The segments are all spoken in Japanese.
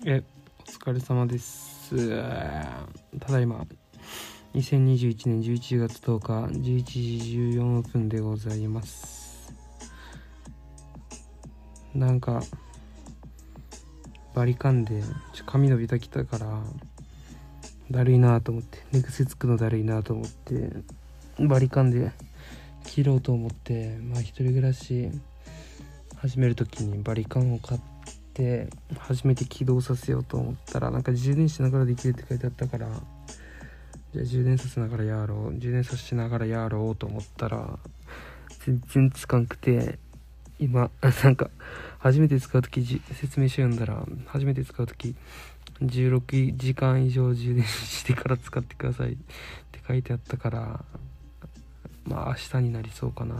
お疲れ様です。ただいま2021年11月10日11時14分でございます。なんかバリカンで髪伸びたきたからだるいなと思って、寝癖つくのだるいなと思ってバリカンで切ろうと思って、一人暮らし始めるときにバリカンを買って初めて起動させようと思ったら、なんか充電しながらできるって書いてあったから、じゃあ充電させながらやろうと思ったら全然つかんくて、今なんか初めて使うとき説明書読んだら、初めて使うとき16時間以上充電してから使ってくださいって書いてあったから、明日になりそうかな。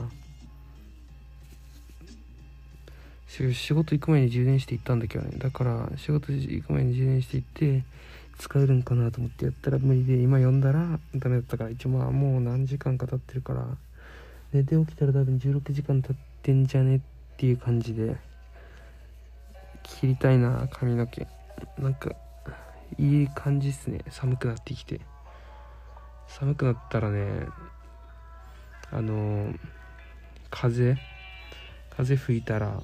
仕事行く前に充電して行ったんだけどね。だから仕事行く前に充電して行って使えるんかなと思ってやったら無理で、今読んだらダメだったから、一応もう何時間か経ってるから、寝て起きたら多分16時間経ってんじゃねっていう感じで切りたいな、髪の毛。なんかいい感じっすね。寒くなってきて、寒くなったらね、風吹いたら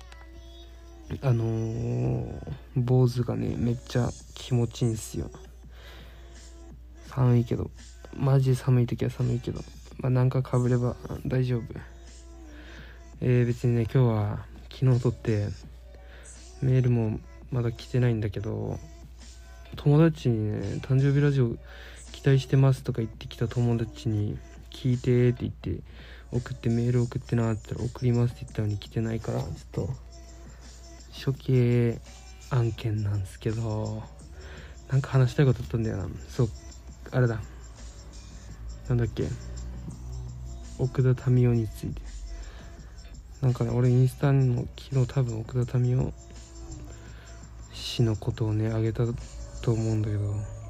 坊主がねめっちゃ気持ちいいんすよ。寒いけど、マジで寒い時は寒いけど、なんか被れば大丈夫。別にね、今日は昨日撮ってメールもまだ来てないんだけど、友達にね、誕生日ラジオ期待してますとか言ってきた友達に聞いてって言ってメール送ってなって言ったら、送りますって言ったのに来てないから、ちょっと処刑案件なんですけど、なんか話したいことあったんだよな。そう、あれだ、なんだっけ、奥田民生について。なんかね、俺インスタの昨日多分奥田民生氏のことをねあげたと思うんだけ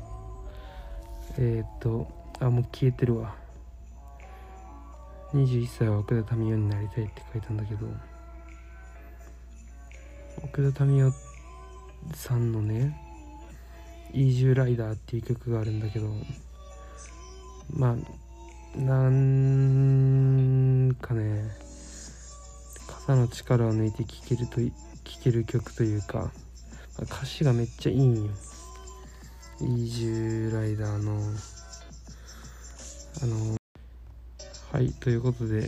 ど、もう消えてるわ。21歳は奥田民生になりたいって書いたんだけど、奥田民生さんのね、イージューライダーっていう曲があるんだけど、なんかね、肩の力を抜いて聴ける曲というか、歌詞がめっちゃいいんよ。イージューライダーのはい、ということで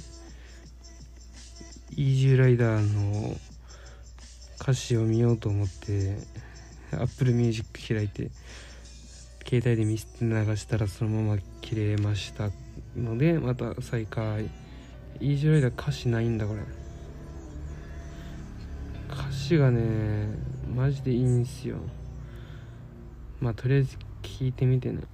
イージューライダーの歌詞を見ようと思ってApple Music 開いて携帯で流したらそのまま切れましたので、また再開。イージューライダー歌詞ないんだこれ。歌詞がねマジでいいんすよ。とりあえず聞いてみてね。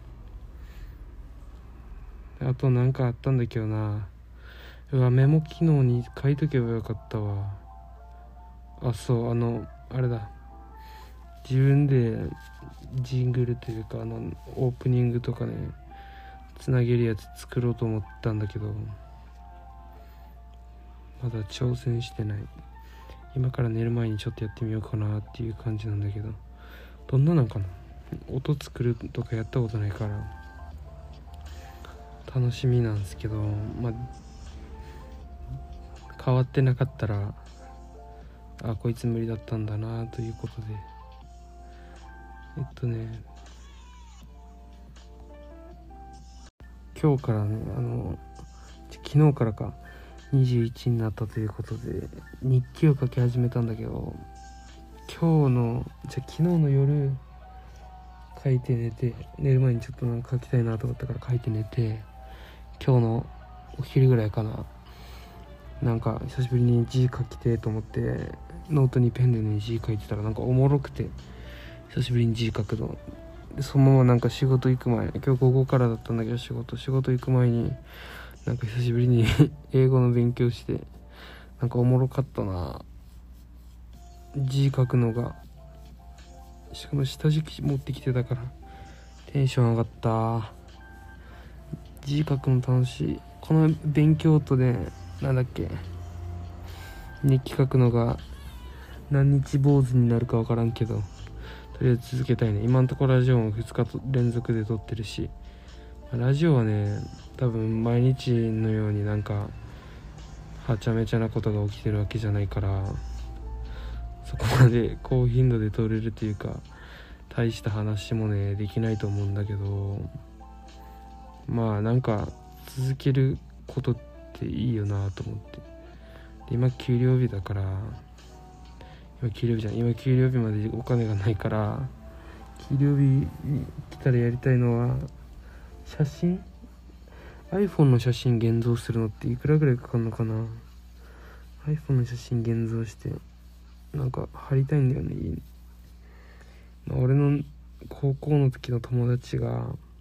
あとなんかあったんだけどな。メモ機能に書いとけばよかったわ。そう、あれだ、自分でジングルというかオープニングとかねつなげるやつ作ろうと思ったんだけど、まだ挑戦してない。今から寝る前にちょっとやってみようかなっていう感じなんだけど、どんなのかな。音作るとかやったことないから楽しみなんですけど、変わってなかったらこいつ無理だったんだなということで、今日からね、昨日からか21になったということで日記を書き始めたんだけど、昨日の夜書いて寝る前にちょっとなんか書きたいなと思ったから書いて寝て、今日のお昼ぐらいかな、なんか久しぶりに字書きてと思ってノートにペンでね字書いてたら、なんかおもろくて久しぶりに字書くので、そのままなんか仕事行く前、今日午後からだったんだけど仕事行く前になんか久しぶりに英語の勉強して、なんかおもろかったな、字書くのが。しかも下敷き持ってきてたからテンション上がった。字書くの楽しい。この勉強とね、なんだっけ、日記書くのが何日坊主になるか分からんけど、 とりあえず続けたいね。今のところラジオも2日連続で撮ってるし、ラジオはね多分毎日のようになんかはちゃめちゃなことが起きてるわけじゃないから、そこまで高頻度で撮れるというか大した話もねできないと思うんだけど、まあなんか続けることっていいよなと思って。で今給料日だから、今給料日までお金がないから、給料日に来たらやりたいのは写真、 iPhone の写真現像するのっていくらぐらいかかるのかな。 iPhone の写真現像してなんか貼りたいんだよね、家に。俺の高校の時の友達が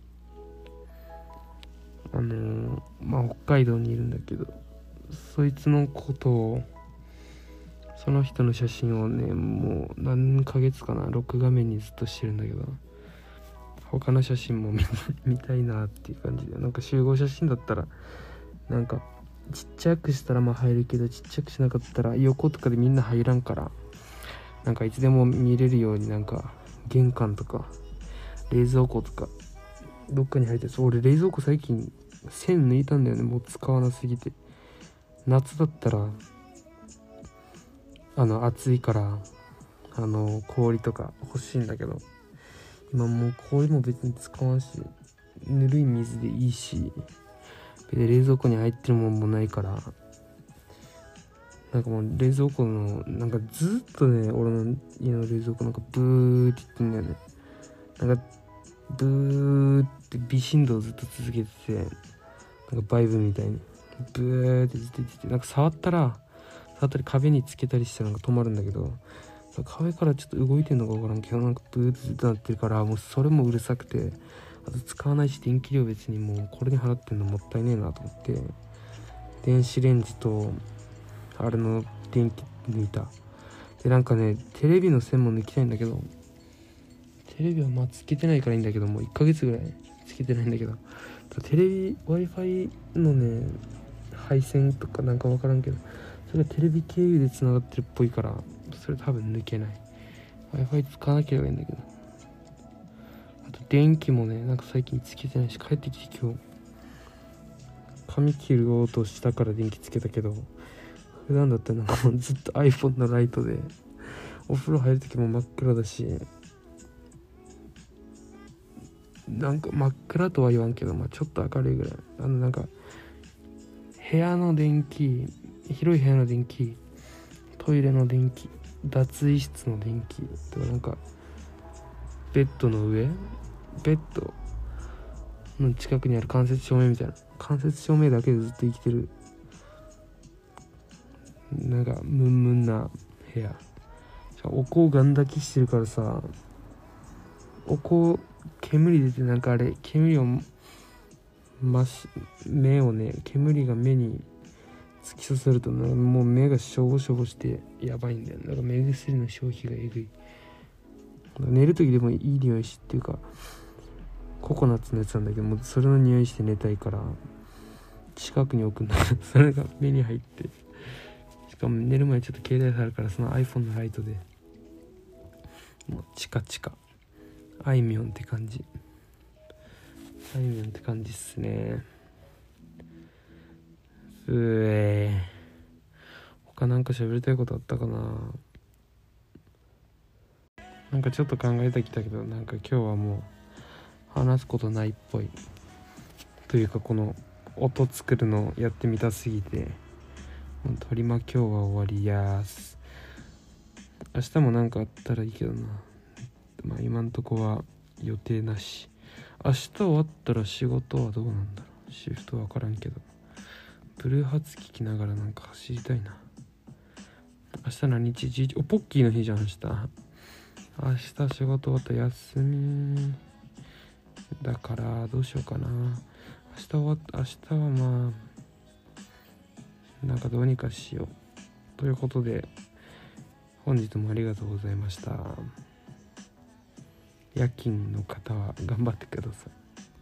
北海道にいるんだけど、そいつのことを、その人の写真をねもう何ヶ月かな録画面にずっとしてるんだけど、他の写真も見たいなっていう感じで、なんか集合写真だったらなんかちっちゃくしたらまあ入るけど、ちっちゃくしなかったら横とかでみんな入らんから、なんかいつでも見れるように、なんか玄関とか冷蔵庫とかどっかに入ってる。俺冷蔵庫最近線抜いたんだよね、もう使わなすぎて。夏だったら暑いから氷とか欲しいんだけど、今もう氷も別に使わんし、ぬるい水でいいし、で冷蔵庫に入ってるもんもないから、なんかもう冷蔵庫のなんかずっとね、俺の家の冷蔵庫なんかブーって言ってんだよね。なんかブーって微振動をずっと続けてて、なんかバイブみたいにブーってずっと言ってて、なんか触ったり壁につけたりしてなんか止まるんだけど、壁からちょっと動いてんのか分からんけど、なんかブーってずっとなってるから、もうそれもうるさくて、あと使わないし電気量別にもうこれに払ってんのもったいねえなと思って、電子レンジとあれの電気抜いた。でなんかねテレビの線も抜きたいんだけど、テレビはまあつけてないからいいんだけど、もう1ヶ月ぐらいつけてないんだけど、テレビ Wi-Fi のね配線とかなんか分からんけど、それがテレビ経由でつながってるっぽいから、それ多分抜けない。 Wi-Fi 使わなければいいんだけど、あと電気もねなんか最近つけてないし、帰ってきて今日髪切ろうとしたから電気つけたけど、普段だったらなんかもうずっと iPhone のライトで、お風呂入る時も真っ暗だし、なんか真っ暗とは言わんけど、まあちょっと明るいぐらい、なんか部屋の電気、広い部屋の電気、トイレの電気、脱衣室の電気とか、なんかベッドの上、ベッドの近くにある間接照明みたいな、間接照明だけでずっと生きてる、なんかムンムンな部屋。お香ガン炊きしてるからさ、お香煙出て、なんかあれ煙を目をね、煙が目に突き刺さるとなんかもう目がしょぼしょぼしてやばいんだよ。なんか目薬の消費がえぐい。寝る時でもいい匂いしっていうかココナッツのやつなんだけど、もうそれの匂いして寝たいから近くに置くんだけど、それが目に入って、しかも寝る前にちょっと携帯触るから、その iPhone のライトでもうチカチカ、あいみょんって感じ、あいみょんって感じっすね。他なんか喋りたいことあったかな。なんかちょっと考えてきたけど、なんか今日はもう話すことないっぽいというか、この音作るのやってみたすぎて、取り巻今日は終わりやーす。明日もなんかあったらいいけどな。まあ今んとこは予定なし。明日終わったら仕事はどうなんだろう。シフトわからんけど、ブルーハーツ聞きながらなんか走りたいな。明日何日？11、ポッキーの日じゃん。明日仕事終わったら休みだからどうしようかな。明日はまあなんかどうにかしようということで、本日もありがとうございました。夜勤の方は頑張ってください。